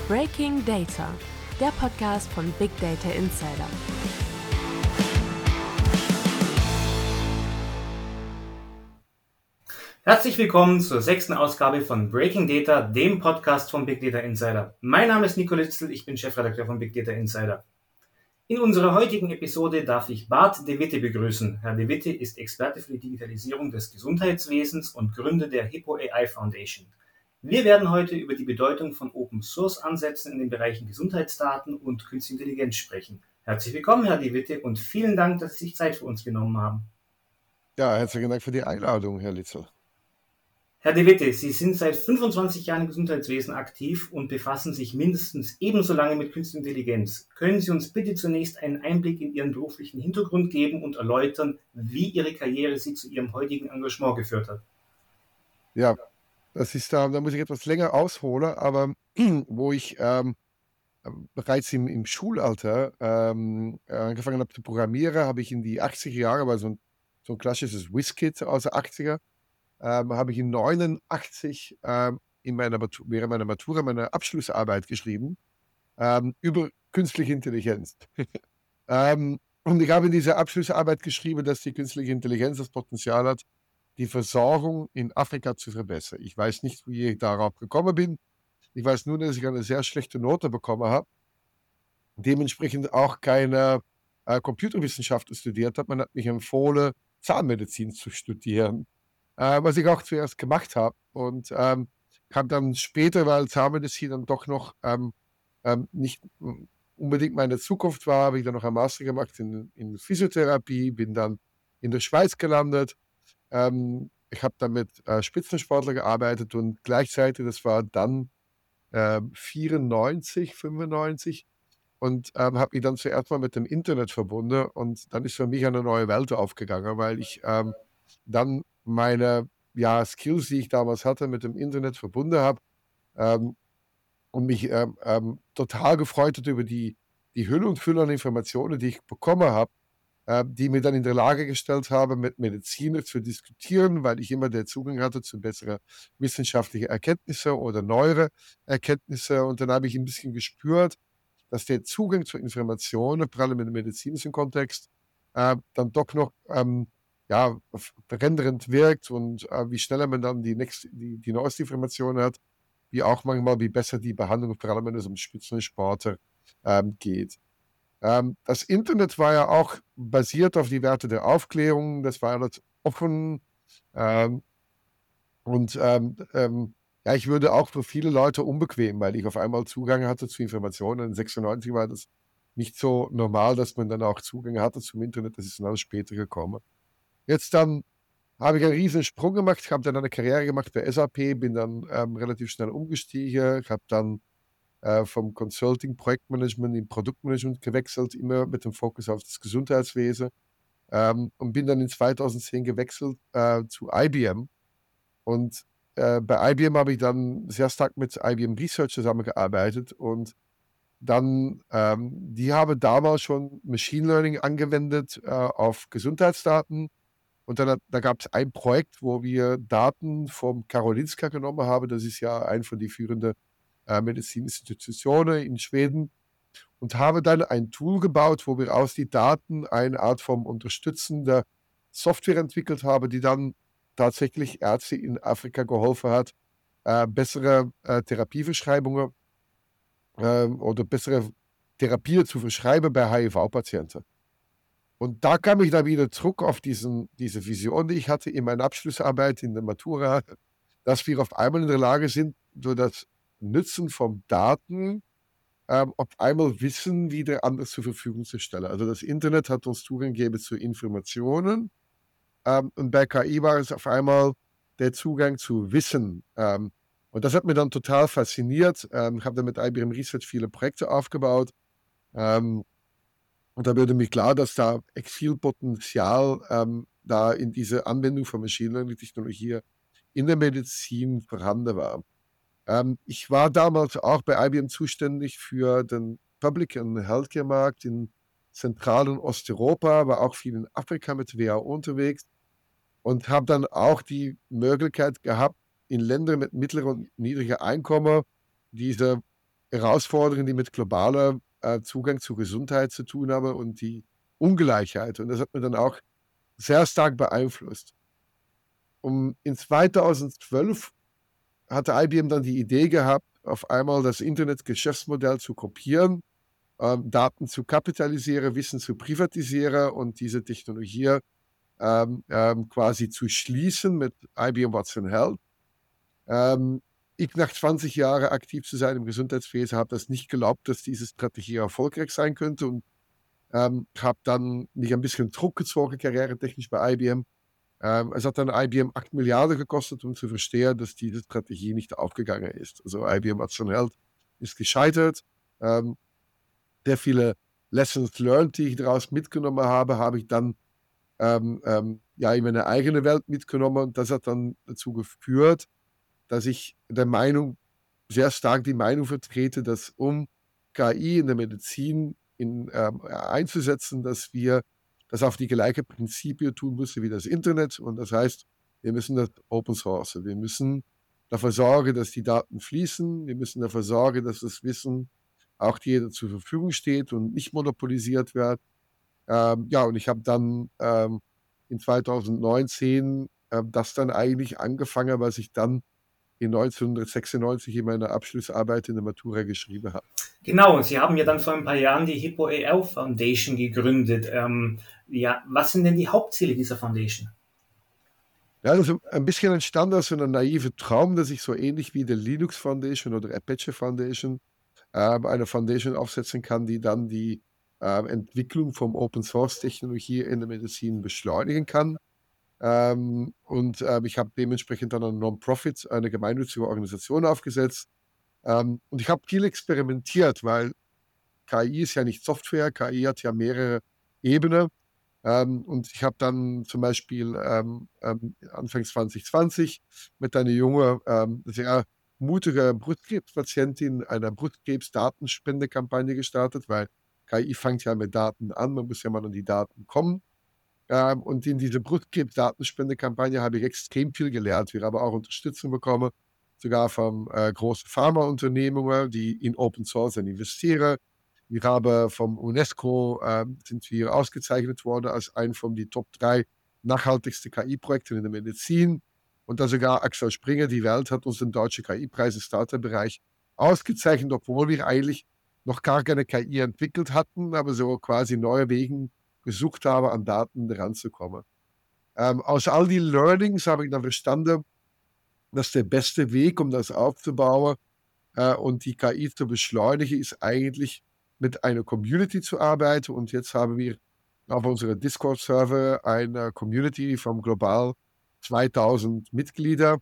Breaking Data, der Podcast von Big Data Insider. Herzlich willkommen zur 6. Ausgabe von Breaking Data, dem Podcast von Big Data Insider. Mein Name ist Nico Litzel, ich bin Chefredakteur von Big Data Insider. In unserer heutigen Episode darf ich Bart de Witte begrüßen. Herr de Witte ist Experte für die Digitalisierung des Gesundheitswesens und Gründer der Hippo AI Foundation. Wir werden heute über die Bedeutung von Open-Source-Ansätzen in den Bereichen Gesundheitsdaten und Künstliche Intelligenz sprechen. Herzlich willkommen, Herr de Witte, und vielen Dank, dass Sie sich Zeit für uns genommen haben. Ja, herzlichen Dank für die Einladung, Herr Litzel. Herr de Witte, Sie sind seit 25 Jahren im Gesundheitswesen aktiv und befassen sich mindestens ebenso lange mit Künstlicher Intelligenz. Können Sie uns bitte zunächst einen Einblick in Ihren beruflichen Hintergrund geben und erläutern, wie Ihre Karriere Sie zu Ihrem heutigen Engagement geführt hat? Ja, da muss ich etwas länger ausholen, aber wo ich bereits im Schulalter angefangen habe zu programmieren, habe ich in die 80er Jahre, war so ein klassisches WizKid aus den 80er, habe ich in 89 während meiner Matura meine Abschlussarbeit geschrieben über künstliche Intelligenz. Und ich habe in dieser Abschlussarbeit geschrieben, dass die künstliche Intelligenz das Potenzial hat, die Versorgung in Afrika zu verbessern. Ich weiß nicht, wie ich darauf gekommen bin. Ich weiß nur, dass ich eine sehr schlechte Note bekommen habe. Dementsprechend auch keine Computerwissenschaften studiert habe. Man hat mich empfohlen, Zahnmedizin zu studieren, was ich auch zuerst gemacht habe. Und habe dann später, weil Zahnmedizin dann doch noch nicht unbedingt meine Zukunft war, habe ich dann noch einen Master gemacht in Physiotherapie, bin dann in der Schweiz gelandet. Ich habe dann mit Spitzensportlern gearbeitet und gleichzeitig, das war dann 94, 95, und habe mich dann zuerst mal mit dem Internet verbunden, und dann ist für mich eine neue Welt aufgegangen, weil ich dann meine Skills, die ich damals hatte, mit dem Internet verbunden habe, und mich total gefreut hat über die Hülle und Fülle an Informationen, die ich bekommen habe, die mir dann in der Lage gestellt haben, mit Medizinern zu diskutieren, weil ich immer den Zugang hatte zu besseren wissenschaftlichen Erkenntnissen oder neuere Erkenntnisse. Und dann habe ich ein bisschen gespürt, dass der Zugang zu Informationen, vor allem im medizinischen Kontext, dann doch noch verändernd wirkt, und wie schneller man dann die neueste Information hat, wie auch manchmal, wie besser die Behandlung, vor allem wenn es um Spitzensportler geht. Das Internet war ja auch basiert auf die Werte der Aufklärung, das war alles offen, ähm, und ich würde auch für viele Leute unbequem, weil ich auf einmal Zugang hatte zu Informationen. In 96 war das nicht so normal, dass man dann auch Zugang hatte zum Internet, das ist dann alles später gekommen. Jetzt dann habe ich einen riesen Sprung gemacht, ich habe dann eine Karriere gemacht bei SAP, bin dann relativ schnell umgestiegen, ich habe dann vom Consulting, Projektmanagement in Produktmanagement gewechselt, immer mit dem Fokus auf das Gesundheitswesen, und bin dann in 2010 gewechselt zu IBM. Und bei IBM habe ich dann sehr stark mit IBM Research zusammengearbeitet, und dann, die haben damals schon Machine Learning angewendet auf Gesundheitsdaten. Und dann da gab es ein Projekt, wo wir Daten vom Karolinska genommen haben. Das ist ja ein von den führenden Medizininstitutionen in Schweden. Und habe dann ein Tool gebaut, wo wir aus die Daten eine Art von unterstützender Software entwickelt haben, die dann tatsächlich Ärzte in Afrika geholfen hat, bessere Therapieverschreibungen oder bessere Therapien zu verschreiben bei HIV-Patienten. Und da kam ich dann wieder zurück auf diese Vision, die ich hatte in meiner Abschlussarbeit in der Matura, dass wir auf einmal in der Lage sind, durch das Nutzen von Daten auf einmal Wissen wieder anders zur Verfügung zu stellen. Also das Internet hat uns Zugang gegeben zu Informationen, und bei KI war es auf einmal der Zugang zu Wissen. Und das hat mich dann total fasziniert. Ich habe dann mit IBM Research viele Projekte aufgebaut. Und da wurde mir klar, dass da echt viel Potenzial da in diese Anwendung von Machine Learning-Technologie in der Medizin vorhanden war. Ich war damals auch bei IBM zuständig für den Public- und Healthcare-Markt in Zentral- und Osteuropa, war auch viel in Afrika mit WHO unterwegs und habe dann auch die Möglichkeit gehabt, in Ländern mit mittlerem und niedrigem Einkommen diese Herausforderungen, die mit globaler Zugang zu Gesundheit zu tun haben und die Ungleichheit. Und das hat mich dann auch sehr stark beeinflusst. In 2012 hatte IBM dann die Idee gehabt, auf einmal das Internet-Geschäftsmodell zu kopieren, Daten zu kapitalisieren, Wissen zu privatisieren und diese Technologie quasi zu schließen mit IBM Watson Health. Ich nach 20 Jahren aktiv zu sein im Gesundheitswesen habe das nicht geglaubt, dass diese Strategie erfolgreich sein könnte und habe dann mich ein bisschen zurückgezogen, karrieretechnisch bei IBM. Es hat dann IBM 8 Milliarden gekostet, um zu verstehen, dass diese Strategie nicht aufgegangen ist. Also IBM Watson Health ist gescheitert. Sehr viele Lessons learned, die ich daraus mitgenommen habe, habe ich dann in meine eigene Welt mitgenommen. Und das hat dann dazu geführt, dass ich sehr stark die Meinung vertrete, dass um KI in der Medizin einzusetzen, dass wir das auf die gleiche Prinzipien tun müssen wie das Internet. Und das heißt, wir müssen das Open Source. Wir müssen dafür sorgen, dass die Daten fließen. Wir müssen dafür sorgen, dass das Wissen auch jeder zur Verfügung steht und nicht monopolisiert wird. Und ich habe dann in 2019 das dann eigentlich angefangen, was ich dann in 1996 in meiner Abschlussarbeit in der Matura geschrieben habe. Genau, Sie haben ja dann vor ein paar Jahren die Hippo AI Foundation gegründet. Was sind denn die Hauptziele dieser Foundation? Ja, das ist ein bisschen entstanden aus so einem naiven Traum, dass ich so ähnlich wie die Linux Foundation oder Apache Foundation eine Foundation aufsetzen kann, die dann die Entwicklung von Open Source Technologie in der Medizin beschleunigen kann. Ich habe dementsprechend dann eine Non-Profit, eine gemeinnützige Organisation aufgesetzt. Und ich habe viel experimentiert, weil KI ist ja nicht Software, KI hat ja mehrere Ebenen. Und ich habe dann zum Beispiel Anfang 2020 mit einer junge, sehr mutige Brustkrebspatientin eine Brustkrebs-Datenspendekampagne gestartet, weil KI fängt ja mit Daten an, man muss ja mal an die Daten kommen. Und in diese Brustkrebs-Datenspendekampagne habe ich extrem viel gelernt. Wir haben auch Unterstützung bekommen, sogar von großen Pharmaunternehmungen, die in Open Source investieren. Wir haben vom UNESCO sind wir ausgezeichnet worden als ein von die Top 3 nachhaltigsten KI-Projekten in der Medizin. Und da sogar Axel Springer, die Welt, hat uns den deutschen KI-Preis im Startup-Bereich ausgezeichnet, obwohl wir eigentlich noch gar keine KI entwickelt hatten, aber so quasi neue Wege gesucht habe, an Daten ranzukommen. Aus all die Learnings habe ich dann verstanden, dass der beste Weg, um das aufzubauen und die KI zu beschleunigen, ist eigentlich mit einer Community zu arbeiten. Und jetzt haben wir auf unserem Discord-Server eine Community von global 2000 Mitglieder,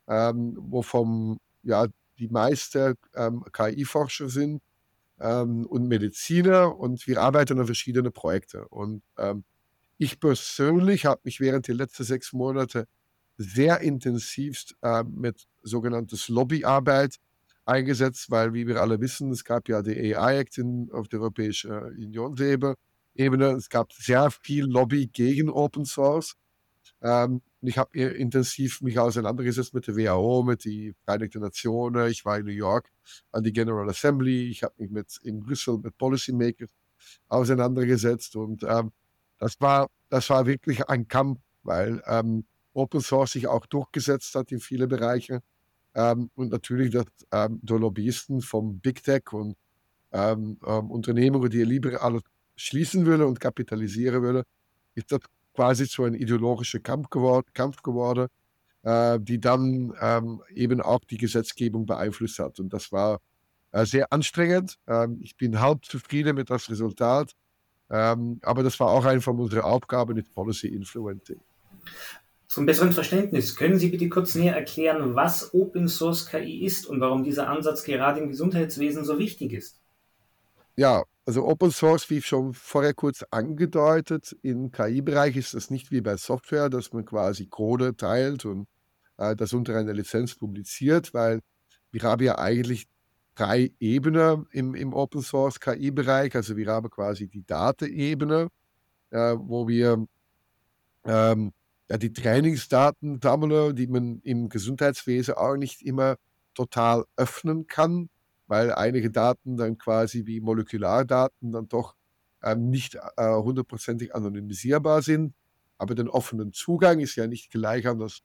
wovon die meisten KI-Forscher sind und Mediziner, und wir arbeiten an verschiedenen Projekten. Und ich persönlich habe mich während der letzten 6 Monate sehr intensivst mit sogenanntes Lobbyarbeit eingesetzt, weil, wie wir alle wissen, es gab ja die AI-Act auf der Europäischen Unionsebene. Es gab sehr viel Lobby gegen Open Source. Ich habe intensiv mich auseinandergesetzt mit der WHO, mit den Vereinigten Nationen. Ich war in New York an die General Assembly. Ich habe mich in Brüssel mit Policymakers auseinandergesetzt. Und das war wirklich ein Kampf, weil Open Source sich auch durchgesetzt hat in viele Bereiche. Und natürlich, dass die Lobbyisten vom Big Tech und Unternehmungen, die lieber alles schließen wollen und kapitalisieren wollen, ist das quasi zu einem ideologischen Kampf geworden, die dann eben auch die Gesetzgebung beeinflusst hat. Und das war sehr anstrengend. Ich bin halb zufrieden mit das Resultat, aber das war auch eine von unseren Aufgaben mit Policy Influencing. Zum besseren Verständnis, können Sie bitte kurz näher erklären, was Open Source KI ist und warum dieser Ansatz gerade im Gesundheitswesen so wichtig ist? Ja, also Open Source, wie schon vorher kurz angedeutet, im KI-Bereich ist das nicht wie bei Software, dass man quasi Code teilt und das unter einer Lizenz publiziert, weil wir haben ja eigentlich 3 Ebenen im Open Source KI-Bereich. Also wir haben quasi die Datenebene, wo wir die Trainingsdaten sammeln, die man im Gesundheitswesen auch nicht immer total öffnen kann, weil einige Daten dann quasi wie Molekulardaten dann doch nicht hundertprozentig anonymisierbar sind. Aber den offenen Zugang ist ja nicht gleich an das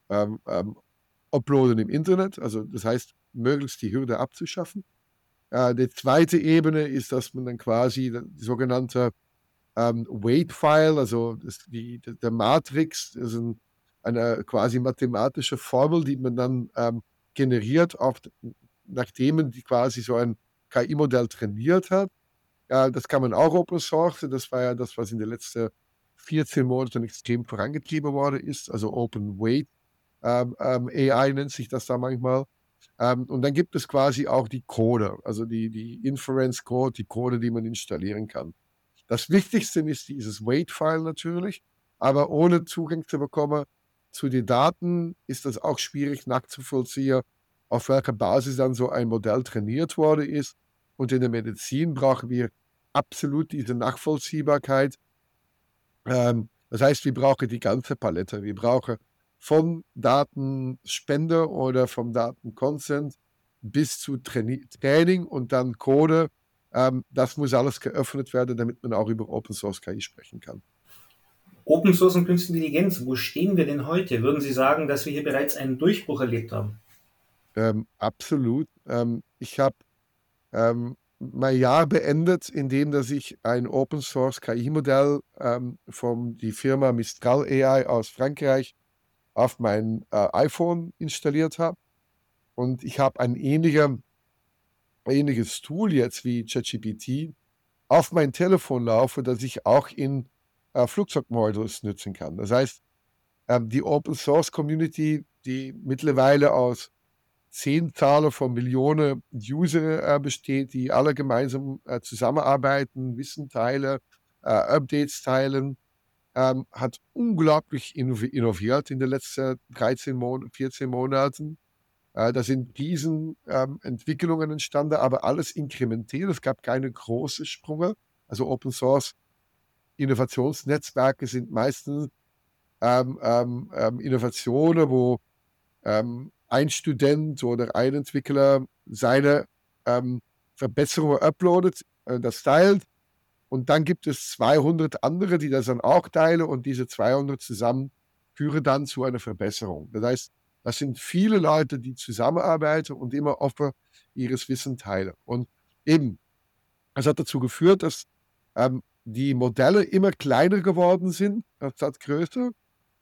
Uploaden im Internet. Also das heißt, möglichst die Hürde abzuschaffen. Die zweite Ebene ist, dass man dann quasi die sogenannte Weight-File, also der Matrix, das ist eine quasi mathematische Formel, die man dann generiert, nachdem man quasi so ein KI-Modell trainiert hat. Das kann man auch Open Source. Das war ja das, was in den letzten 14 Monaten extrem vorangetrieben worden ist. Also Open Weight AI nennt sich das da manchmal. Und dann gibt es quasi auch die Code, also die Inference Code, die Code, die man installieren kann. Das Wichtigste ist dieses Weight-File natürlich, aber ohne Zugang zu bekommen zu den Daten ist das auch schwierig nachzuvollziehen, auf welcher Basis dann so ein Modell trainiert worden ist. Und in der Medizin brauchen wir absolut diese Nachvollziehbarkeit. Das heißt, wir brauchen die ganze Palette. Wir brauchen von Datenspende oder vom Datenconsent bis zu Training und dann Code. Das muss alles geöffnet werden, damit man auch über Open Source KI sprechen kann. Open Source und Künstliche Intelligenz, wo stehen wir denn heute? Würden Sie sagen, dass wir hier bereits einen Durchbruch erlebt haben? Absolut. Ich habe mein Jahr beendet, indem dass ich ein Open Source KI-Modell von die Firma Mistral AI aus Frankreich auf mein iPhone installiert habe. Und ich habe ein ähnliches Tool jetzt wie ChatGPT auf mein Telefon laufe, das ich auch in Flugzeugmodus nutzen kann. Das heißt, die Open Source Community, die mittlerweile aus Zehntale von Millionen User besteht, die alle gemeinsam zusammenarbeiten, Wissen teilen, Updates teilen, hat unglaublich innoviert in den letzten 14 Monaten. Da sind riesen Entwicklungen entstanden, aber alles inkrementell. Es gab keine großen Sprünge. Also Open Source Innovationsnetzwerke sind meistens Innovationen, wo ein Student oder ein Entwickler seine Verbesserungen uploadet, das teilt. Und dann gibt es 200 andere, die das dann auch teilen und diese 200 zusammen führen dann zu einer Verbesserung. Das heißt, das sind viele Leute, die zusammenarbeiten und immer offen ihres Wissen teilen. Und eben, das hat dazu geführt, dass die Modelle immer kleiner geworden sind, anstatt größer.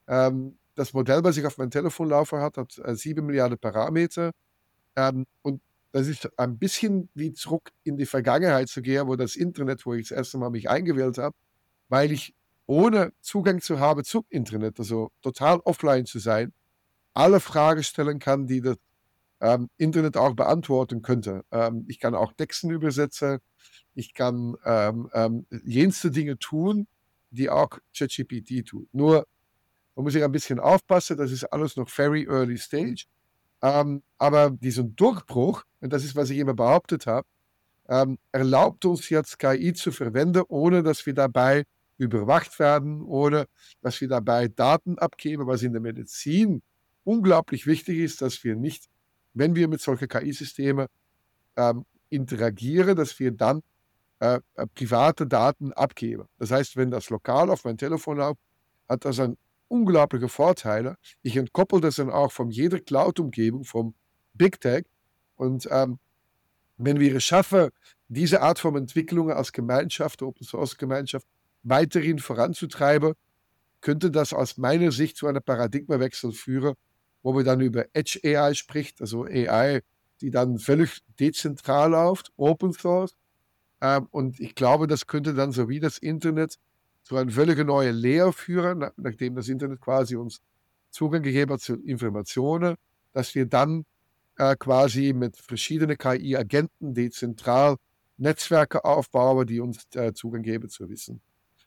Das Modell, was ich auf meinem Telefon laufe, hat 7 Milliarden Parameter. Und das ist ein bisschen wie zurück in die Vergangenheit zu gehen, wo das Internet, wo ich das erste Mal mich eingewählt habe, weil ich ohne Zugang zu haben zum Internet, also total offline zu sein, alle Fragen stellen kann, die das Internet auch beantworten könnte. Ich kann auch Texten übersetzen, ich kann jenste Dinge tun, die auch ChatGPT tut. Nur, man muss sich ein bisschen aufpassen, das ist alles noch very early stage. Aber diesen Durchbruch, und das ist, was ich immer behauptet habe, erlaubt uns jetzt KI zu verwenden, ohne dass wir dabei überwacht werden, ohne dass wir dabei Daten abgeben, was in der Medizin unglaublich wichtig ist, dass wir nicht, wenn wir mit solchen KI-Systemen interagieren, dass wir dann private Daten abgeben. Das heißt, wenn das lokal auf mein Telefon läuft, hat das einen unglaubliche Vorteile. Ich entkoppel das dann auch von jeder Cloud-Umgebung, vom Big Tech. Und wenn wir es schaffen, diese Art von Entwicklungen als Gemeinschaft, Open Source Gemeinschaft, weiterhin voranzutreiben, könnte das aus meiner Sicht zu einem Paradigmawechsel führen, wo man dann über Edge AI spricht, also AI, die dann völlig dezentral läuft, Open Source. Und ich glaube, das könnte dann so wie das Internet zu einer völlig neuen Lehre führen, nachdem das Internet quasi uns Zugang gegeben hat zu Informationen, dass wir dann quasi mit verschiedenen KI-Agenten dezentral Netzwerke aufbauen, die uns Zugang geben zu Wissen.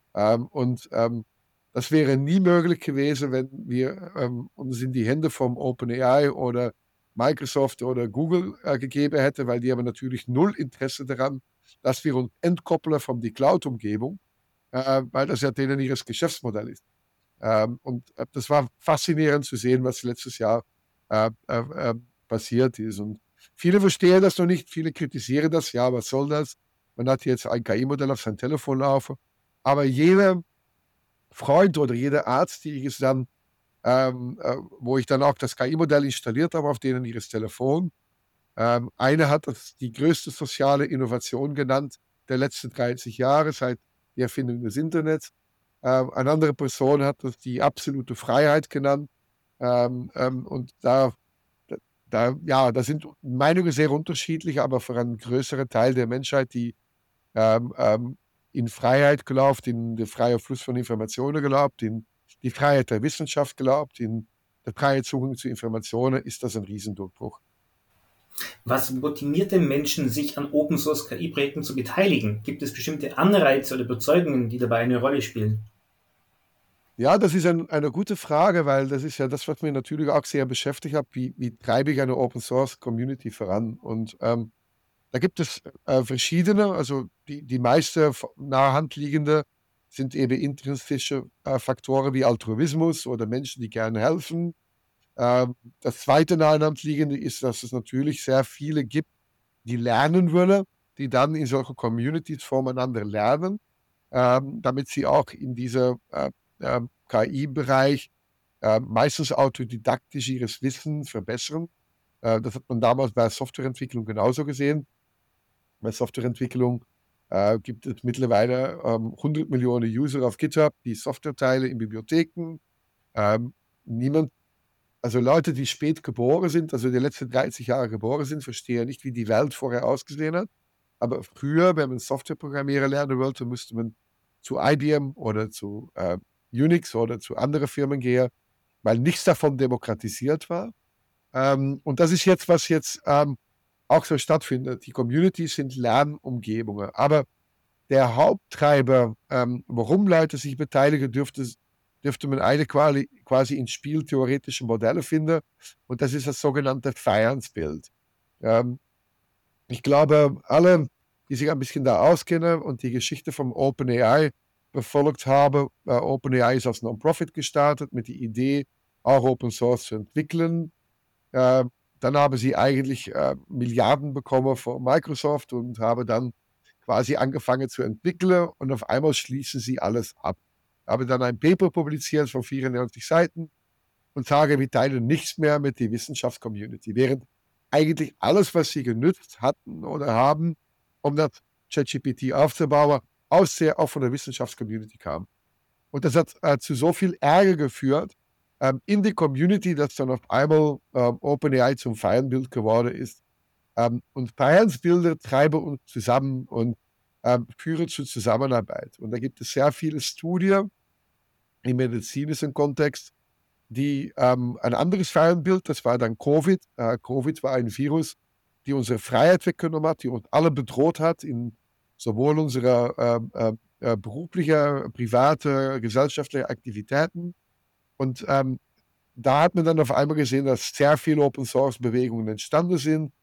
Das wäre nie möglich gewesen, wenn wir uns in die Hände vom OpenAI oder Microsoft oder Google gegeben hätten, weil die haben natürlich null Interesse daran, dass wir uns entkoppeln von der Cloud-Umgebung, weil das ja denen ihres Geschäftsmodell ist. Und das war faszinierend zu sehen, was letztes Jahr passiert ist. Und viele verstehen das noch nicht, viele kritisieren das, ja, was soll das? Man hat jetzt ein KI-Modell auf sein Telefon laufen, aber jeder Freund oder jeder Arzt, die ich dann, wo ich dann auch das KI-Modell installiert habe auf denen ihres Telefon, einer hat das die größte soziale Innovation genannt der letzten 30 Jahre, seit der Erfindung des Internets. Eine andere Person hat das die absolute Freiheit genannt. Und da sind Meinungen sehr unterschiedlich, aber für einen größeren Teil der Menschheit, die in Freiheit glaubt, in den freien Fluss von Informationen glaubt, in die Freiheit der Wissenschaft glaubt, in den freien Zugang zu Informationen, ist das ein Riesendurchbruch. Was motiviert den Menschen, sich an Open-Source-KI-Projekten zu beteiligen? Gibt es bestimmte Anreize oder Überzeugungen, die dabei eine Rolle spielen? Ja, das ist eine gute Frage, weil das ist ja das, was mich natürlich auch sehr beschäftigt hat. Wie treibe ich eine Open-Source-Community voran? Und da gibt es verschiedene, also die meiste nahe Hand liegende sind eben intrinsische Faktoren wie Altruismus oder Menschen, die gerne helfen. Das zweite nahe Hand liegende ist, dass es natürlich sehr viele gibt, die lernen wollen, die dann in solchen Communities voneinander lernen, damit sie auch in dieser KI-Bereich meistens autodidaktisch ihres Wissens verbessern. Das hat man damals bei Softwareentwicklung genauso gesehen. Bei Softwareentwicklung gibt es mittlerweile 100 Millionen User auf GitHub, die Softwareteile in Bibliotheken. Also Leute, die spät geboren sind, also die letzten 30 Jahre geboren sind, verstehen nicht, wie die Welt vorher ausgesehen hat. Aber früher, wenn man Softwareprogrammierer lernen wollte, musste man zu IBM oder zu Unix oder zu anderen Firmen gehen, weil nichts davon demokratisiert war. Und das ist jetzt, was jetzt auch so stattfindet. Die Communities sind Lernumgebungen. Aber der Haupttreiber, warum Leute sich beteiligen, dürfte man eine quasi in spieltheoretischen Modelle finden. Und das ist das sogenannte Feiernsbild. Ich glaube, alle, die sich ein bisschen da auskennen und die Geschichte vom OpenAI befolgt haben, OpenAI ist als Non-Profit gestartet mit der Idee, auch Open Source zu entwickeln. Dann haben sie eigentlich Milliarden bekommen von Microsoft und haben dann quasi angefangen zu entwickeln und auf einmal schließen sie alles ab. Habe dann ein Paper publiziert von 94 Seiten und sage, wir teilen nichts mehr mit der Wissenschaftscommunity, während eigentlich alles, was sie genutzt hatten oder haben, um das ChatGPT aufzubauen, auch von der Wissenschaftscommunity kam. Und das hat zu so viel Ärger geführt in die Community, dass dann auf einmal OpenAI zum Feindbild geworden ist. Und Feindbilder treiben uns zusammen und führen zur Zusammenarbeit. Und da gibt es sehr viele Studien im medizinischen Kontext, die ein anderes Feindbild, das war dann Covid. Covid war ein Virus, die unsere Freiheit weggenommen hat, die uns alle bedroht hat, in sowohl unserer beruflichen, privaten, gesellschaftlichen Aktivitäten. Und da hat man dann auf einmal gesehen, dass sehr viele Open-Source-Bewegungen entstanden sind.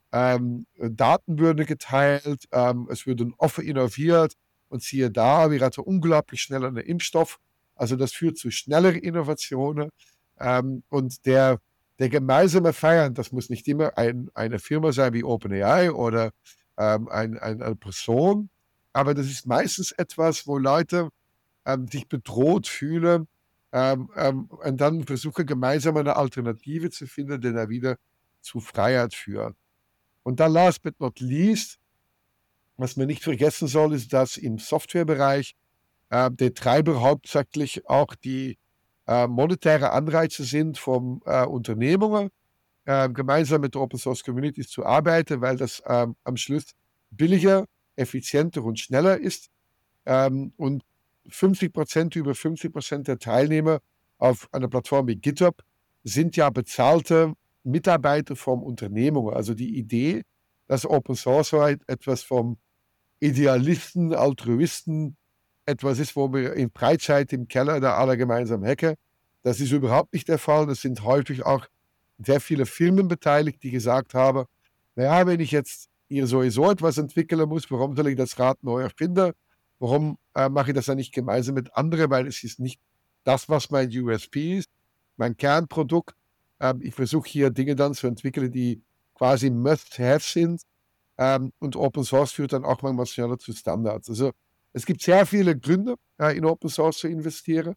Daten würden geteilt, es würden offen innoviert und siehe da, wir hatten unglaublich schnell einen Impfstoff. Also das führt zu schnelleren Innovationen. Und der gemeinsame Feiern, das muss nicht immer eine Firma sein wie OpenAI oder eine Person, aber das ist meistens etwas, wo Leute sich bedroht fühlen und dann versuchen gemeinsam eine Alternative zu finden, die dann wieder zu Freiheit führt. Und dann last but not least, was man nicht vergessen soll, ist, dass im Softwarebereich der Treiber hauptsächlich auch die monetäre Anreize sind von Unternehmungen, gemeinsam mit der Open Source Communities zu arbeiten, weil das am Schluss billiger, effizienter und schneller ist. Und über 50% der Teilnehmer auf einer Plattform wie GitHub sind ja bezahlte Mitarbeiter von Unternehmungen. Also die Idee, dass Open Source etwas vom Idealisten, Altruisten, etwas ist, wo wir in Freizeit im Keller da alle gemeinsam hacken, das ist überhaupt nicht der Fall. Das sind häufig auch sehr viele Firmen beteiligt, die gesagt haben, naja, wenn ich jetzt hier sowieso etwas entwickeln muss, warum soll ich das Rad neu erfinden? Warum mache ich das dann nicht gemeinsam mit anderen? Weil es ist nicht das, was mein USP ist, mein Kernprodukt. Ich versuche hier Dinge dann zu entwickeln, die quasi Must-Have sind. Und Open Source führt dann auch manchmal schneller zu Standards. Also es gibt sehr viele Gründe, in Open Source zu investieren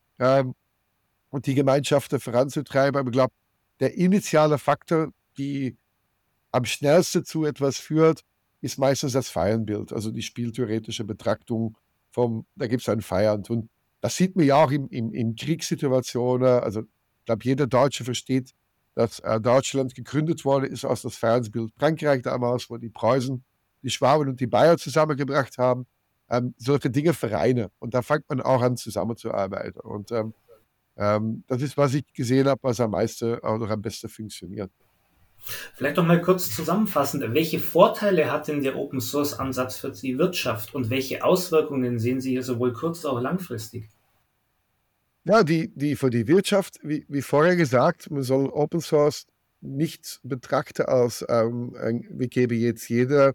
und die Gemeinschaften voranzutreiben. Aber ich glaube, der initiale Faktor, die am schnellsten zu etwas führt, ist meistens das Feindbild, also die spieltheoretische Betrachtung da gibt es einen Feind. Und das sieht man ja auch in Kriegssituationen. Also ich glaube, jeder Deutsche versteht, dass Deutschland gegründet worden ist aus das Feindbild Frankreich damals, wo die Preußen, die Schwaben und die Bayern zusammengebracht haben. Solche Dinge vereinen. Und da fängt man auch an, zusammenzuarbeiten. Und das ist, was ich gesehen habe, was am meisten oder am besten funktioniert. Vielleicht noch mal kurz zusammenfassend, welche Vorteile hat denn der Open-Source-Ansatz für die Wirtschaft und welche Auswirkungen sehen Sie hier sowohl kurz- als auch langfristig? Ja, die für die Wirtschaft, wie vorher gesagt, man soll Open Source nicht betrachten als, wir geben jetzt jeder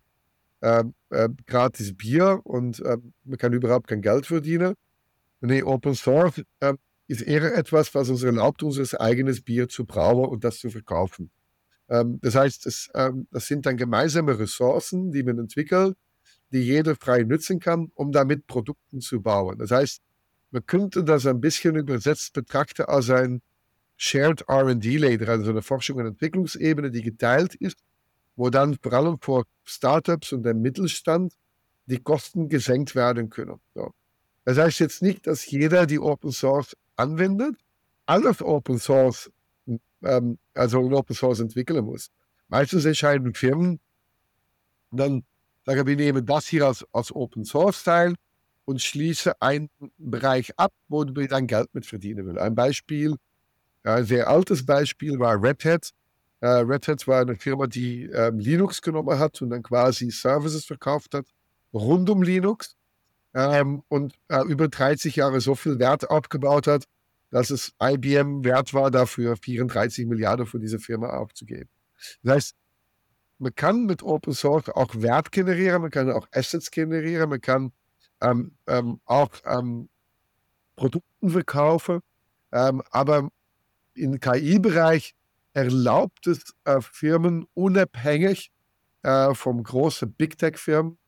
gratis Bier und man kann überhaupt kein Geld verdienen. Nee, Open Source ist eher etwas, was uns erlaubt, unser eigenes Bier zu brauen und das zu verkaufen. Das heißt, das sind dann gemeinsame Ressourcen, die man entwickelt, die jeder frei nutzen kann, um damit Produkte zu bauen. Das heißt, man könnte das ein bisschen übersetzt betrachten als ein Shared R&D-Layer, also eine Forschung- und Entwicklungsebene, die geteilt ist, wo dann vor allem für Startups und den Mittelstand die Kosten gesenkt werden können. So. Das heißt jetzt nicht, dass jeder die Open Source anwendet, alles Open Source, also in Open Source entwickeln muss. Meistens entscheiden Firmen dann, sagen wir nehmen das hier als Open Source Teil und schließe einen Bereich ab, wo du dann Geld mit verdienen willst. Ein Beispiel, ein sehr altes Beispiel war Red Hat. Red Hat war eine Firma, die Linux genommen hat und dann quasi Services verkauft hat rund um Linux und über 30 Jahre so viel Wert aufgebaut hat, dass es IBM wert war, dafür 34 Milliarden für diese Firma aufzugeben. Das heißt, man kann mit Open Source auch Wert generieren, man kann auch Assets generieren, man kann auch Produkte verkaufen, aber im KI-Bereich erlaubt es Firmen unabhängig vom großen Big Tech-Firmen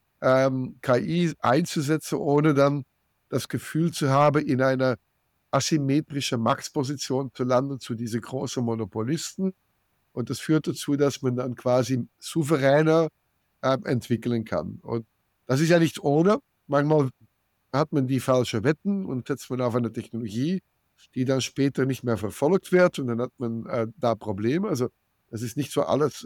KI einzusetzen, ohne dann das Gefühl zu haben, in einer asymmetrischen Machtposition zu landen zu diesen großen Monopolisten. Und das führt dazu, dass man dann quasi souveräner entwickeln kann. Und das ist ja nicht ohne. Manchmal hat man die falschen Wetten und setzt man auf eine Technologie, die dann später nicht mehr verfolgt wird und dann hat man da Probleme. Also das ist nicht so alles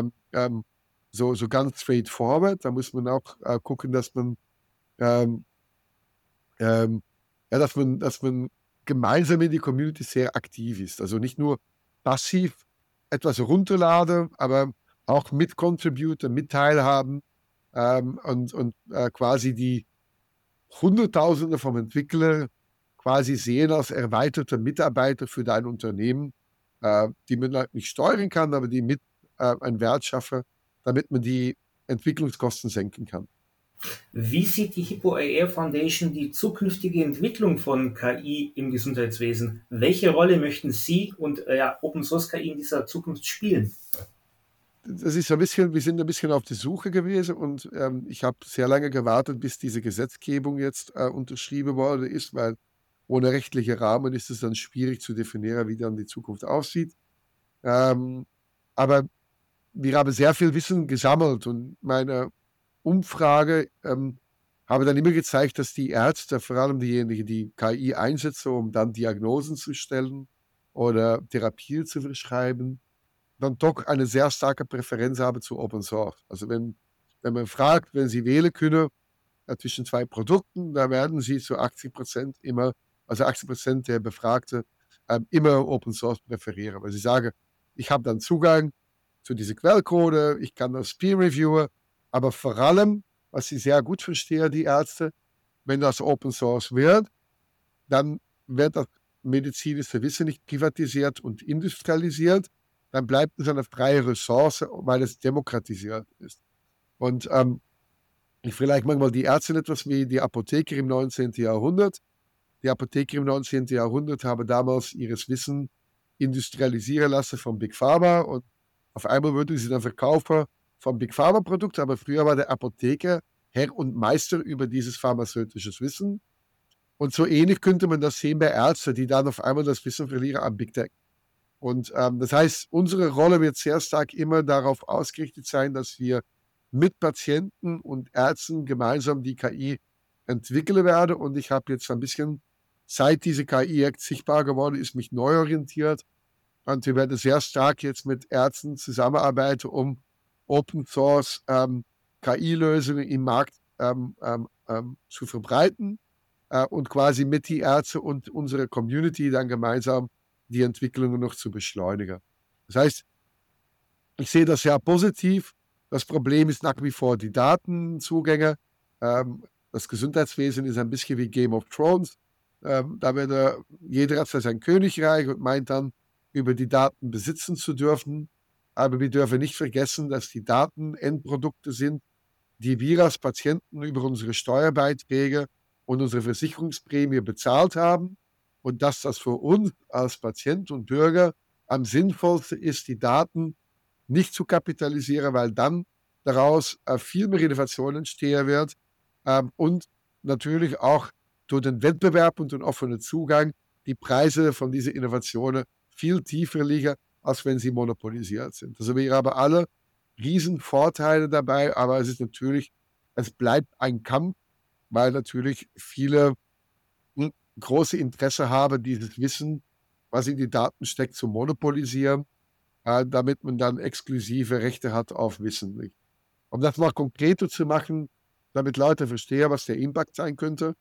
so ganz straightforward. Da muss man auch gucken, dass man, ähm, ähm, ja, dass man gemeinsam in die Community sehr aktiv ist. Also nicht nur passiv etwas runterladen, aber auch mit Contributor, mit Teilhaben und quasi die Hunderttausende von Entwicklern quasi sehen als erweiterte Mitarbeiter für dein Unternehmen, die man halt nicht steuern kann, aber die mit einen Wert schaffen, damit man die Entwicklungskosten senken kann. Wie sieht die Hippo AI Foundation die zukünftige Entwicklung von KI im Gesundheitswesen? Welche Rolle möchten Sie und Open Source KI in dieser Zukunft spielen? Das ist wir sind ein bisschen auf der Suche gewesen und ich habe sehr lange gewartet, bis diese Gesetzgebung jetzt unterschrieben worden ist, weil ohne rechtliche Rahmen ist es dann schwierig zu definieren, wie dann die Zukunft aussieht. Aber wir haben sehr viel Wissen gesammelt und meine Umfrage habe dann immer gezeigt, dass die Ärzte, vor allem diejenigen, die KI einsetzen, um dann Diagnosen zu stellen oder Therapien zu verschreiben, dann doch eine sehr starke Präferenz haben zu Open Source. Also wenn man fragt, wenn sie wählen können zwischen zwei Produkten, da werden sie zu 80% immer, also 80% der Befragten immer Open Source präferieren. Weil sie sagen, ich habe dann Zugang zu diese Quellcode, ich kann das Peer reviewen, aber vor allem, was sie sehr gut verstehen, die Ärzte, wenn das Open Source wird, dann wird das medizinische Wissen nicht privatisiert und industrialisiert, dann bleibt es eine freie Ressource, weil es demokratisiert ist. Und ich vielleicht manchmal die Ärzte etwas wie die Apotheker im 19. Jahrhundert. Die Apotheker im 19. Jahrhundert haben damals ihres Wissen industrialisieren lassen von Big Pharma und Auf einmal würden sie dann Verkäufer von Big Pharma Produkten, aber früher war der Apotheker Herr und Meister über dieses pharmazeutisches Wissen. Und so ähnlich könnte man das sehen bei Ärzten, die dann auf einmal das Wissen verlieren an Big Tech. Und das heißt, unsere Rolle wird sehr stark immer darauf ausgerichtet sein, dass wir mit Patienten und Ärzten gemeinsam die KI entwickeln werden. Und ich habe jetzt ein bisschen, seit diese KI jetzt sichtbar geworden ist, mich neu orientiert. Und wir werden sehr stark jetzt mit Ärzten zusammenarbeiten, um Open Source KI-Lösungen im Markt zu verbreiten und quasi mit die Ärzte und unserer Community dann gemeinsam die Entwicklungen noch zu beschleunigen. Das heißt, ich sehe das sehr positiv. Das Problem ist nach wie vor die Datenzugänge. Das Gesundheitswesen ist ein bisschen wie Game of Thrones. Da wird jeder hat sein Königreich und meint dann, über die Daten besitzen zu dürfen. Aber wir dürfen nicht vergessen, dass die Daten Endprodukte sind, die wir als Patienten über unsere Steuerbeiträge und unsere Versicherungsprämie bezahlt haben. Und dass das für uns als Patient und Bürger am sinnvollsten ist, die Daten nicht zu kapitalisieren, weil dann daraus viel mehr Innovation entstehen wird und natürlich auch durch den Wettbewerb und den offenen Zugang die Preise von diesen Innovationen viel tiefer liegen, als wenn sie monopolisiert sind. Also wir haben alle Riesenvorteile dabei, aber es bleibt ein Kampf, weil natürlich viele große Interesse haben, dieses Wissen, was in die Daten steckt, zu monopolisieren, damit man dann exklusive Rechte hat auf Wissen. Um das mal konkreter zu machen, damit Leute verstehen, was der Impact sein könnte.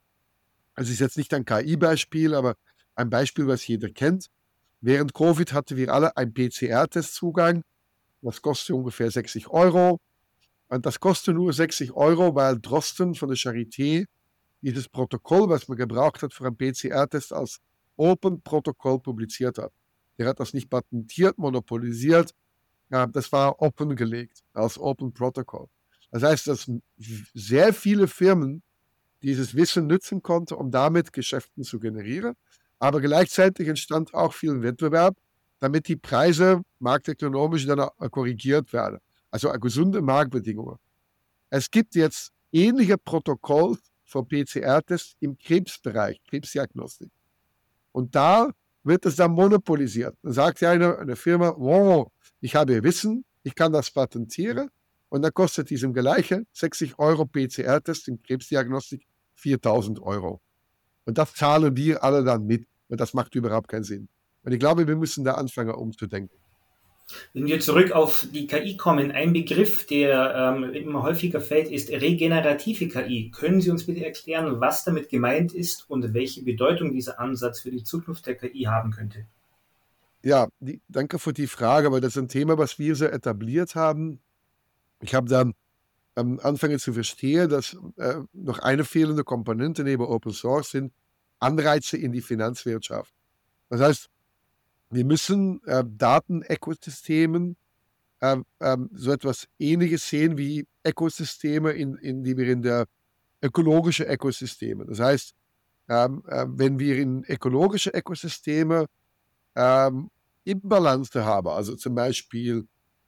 Es ist jetzt nicht ein KI-Beispiel, aber ein Beispiel, was jeder kennt. Während Covid hatten wir alle einen PCR-Testzugang. Das kostet ungefähr 60 Euro. Und das kostet nur 60 Euro, weil Drosten von der Charité dieses Protokoll, was man gebraucht hat für einen PCR-Test, als Open-Protokoll publiziert hat. Der hat das nicht patentiert, monopolisiert. Ja, das war offengelegt als Open-Protokoll. Das heißt, dass sehr viele Firmen dieses Wissen nutzen konnten, um damit Geschäften zu generieren. Aber gleichzeitig entstand auch viel Wettbewerb, damit die Preise marktökonomisch dann korrigiert werden. Also gesunde Marktbedingungen. Es gibt jetzt ähnliche Protokolle für PCR-Tests im Krebsbereich, Krebsdiagnostik. Und da wird es dann monopolisiert. Dann sagt eine Firma, wow, ich habe Wissen, ich kann das patentieren und dann kostet diesem gleiche 60 Euro PCR-Test in Krebsdiagnostik 4.000 Euro. Und das zahlen wir alle dann mit und das macht überhaupt keinen Sinn. Und ich glaube, wir müssen da anfangen, umzudenken. Wenn wir zurück auf die KI kommen, ein Begriff, der immer häufiger fällt, ist regenerative KI. Können Sie uns bitte erklären, was damit gemeint ist und welche Bedeutung dieser Ansatz für die Zukunft der KI haben könnte? Ja, danke für die Frage, aber das ist ein Thema, was wir so etabliert haben. Ich habe dann anfangen zu verstehen, dass noch eine fehlende Komponente neben Open Source sind Anreize in die Finanzwirtschaft. Das heißt, wir müssen Datenökosystemen so etwas Ähnliches sehen wie Ökosysteme, die wir in der ökologischen Ökosysteme. Das heißt, wenn wir in ökologische Ökosysteme Imbalance haben, also zum Beispiel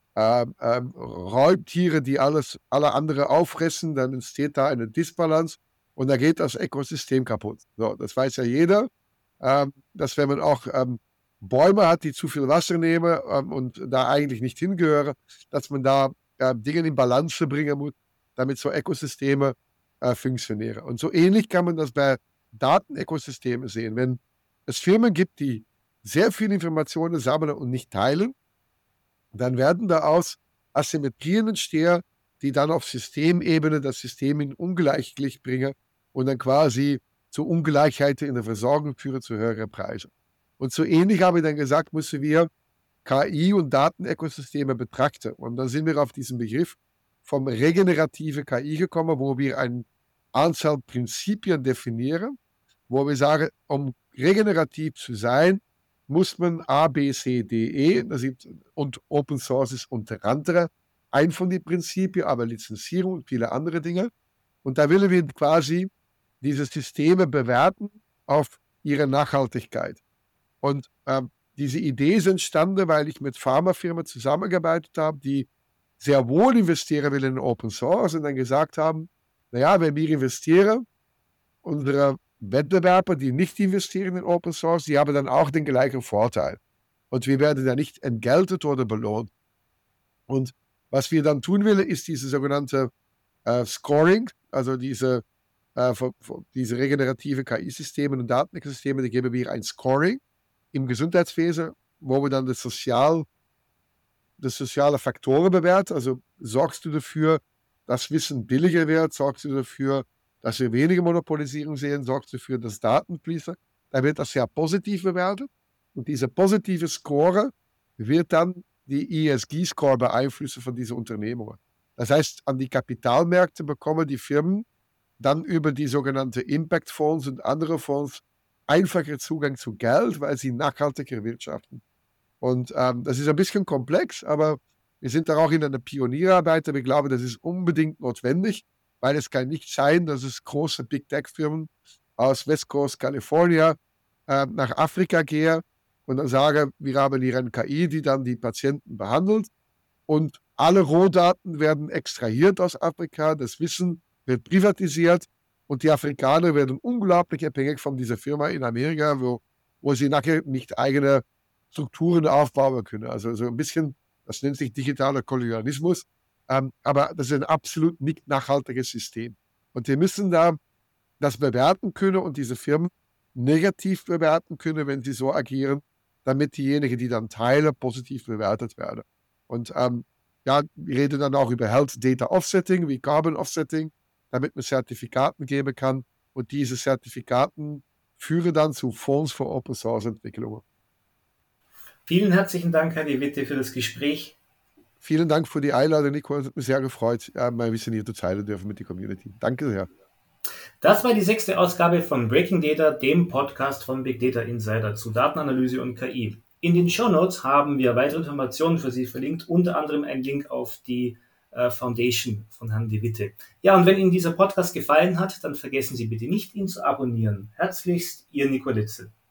Raubtiere, die alle andere auffressen, dann entsteht da eine Disbalance und da geht das Ökosystem kaputt. So, das weiß ja jeder, dass wenn man auch Bäume hat, die zu viel Wasser nehmen und da eigentlich nicht hingehören, dass man da Dinge in Balance bringen muss, damit so Ökosysteme funktionieren. Und so ähnlich kann man das bei Datenökosystemen sehen. Wenn es Firmen gibt, die sehr viele Informationen sammeln und nicht teilen, dann werden daraus Asymmetrien entstehen, die dann auf Systemebene das System in Ungleichgewicht bringen und dann quasi zu Ungleichheiten in der Versorgung führen, zu höheren Preisen. Und so ähnlich habe ich dann gesagt, müssen wir KI und Datenökosysteme betrachten. Und dann sind wir auf diesen Begriff vom regenerative KI gekommen, wo wir eine Anzahl Prinzipien definieren, wo wir sagen, um regenerativ zu sein, muss man A, B, C, D, E, und Open Source ist unter anderem ein von den Prinzipien, aber Lizenzierung und viele andere Dinge. Und da wollen wir quasi diese Systeme bewerten auf ihre Nachhaltigkeit. Und diese Idee ist entstanden, weil ich mit Pharmafirmen zusammengearbeitet habe, die sehr wohl investieren will in Open Source und dann gesagt haben, naja, wenn wir investieren, unsere Wettbewerber, die nicht investieren in Open Source, die haben dann auch den gleichen Vorteil. Und wir werden da nicht entgeltet oder belohnt. Und was wir dann tun wollen, ist diese sogenannte Scoring, also diese regenerative KI-Systeme und Datenökosysteme, die geben wir ein Scoring im Gesundheitswesen, wo wir dann das soziale Faktoren bewerten. Also sorgst du dafür, dass Wissen billiger wird, sorgst du dafür, dass wir weniger Monopolisierung sehen, sorgst du dafür, dass Daten fließen, dann wird das sehr positiv bewertet. Und diese positive Score wird dann die ESG-Score beeinflussen von diesen Unternehmungen. Das heißt, an die Kapitalmärkte bekommen die Firmen dann über die sogenannten Impact-Fonds und andere Fonds einfacher Zugang zu Geld, weil sie nachhaltiger wirtschaften. Und das ist ein bisschen komplex, aber wir sind da auch in einer Pionierarbeit. Wir glauben, das ist unbedingt notwendig, weil es kann nicht sein, dass es große Big Tech-Firmen aus West Coast California nach Afrika gehen und dann sagen, wir haben hier eine KI, die dann die Patienten behandelt und alle Rohdaten werden extrahiert aus Afrika, das Wissen wird privatisiert und die Afrikaner werden unglaublich abhängig von dieser Firma in Amerika, wo sie nachher nicht eigene Strukturen aufbauen können. Also so ein bisschen, das nennt sich digitaler Kolonialismus, aber das ist ein absolut nicht nachhaltiges System. Und wir müssen da das bewerten können und diese Firmen negativ bewerten können, wenn sie so agieren, damit diejenigen, die dann teilen, positiv bewertet werden. Und wir reden dann auch über Health Data Offsetting, wie Carbon Offsetting, damit man Zertifikaten geben kann. Und diese Zertifikaten führen dann zu Fonds für Open Source Entwicklungen. Vielen herzlichen Dank, Herr De Witte, für das Gespräch. Vielen Dank für die Einladung, Nico. Es hat mich sehr gefreut, mein Wissen hier zu teilen dürfen mit der Community. Danke sehr. Das war die 6. Ausgabe von Breaking Data, dem Podcast von Big Data Insider zu Datenanalyse und KI. In den Shownotes haben wir weitere Informationen für Sie verlinkt, unter anderem ein Link auf die Foundation von Herrn De Witte. Ja, und wenn Ihnen dieser Podcast gefallen hat, dann vergessen Sie bitte nicht, ihn zu abonnieren. Herzlichst, Ihr Nico Litzel.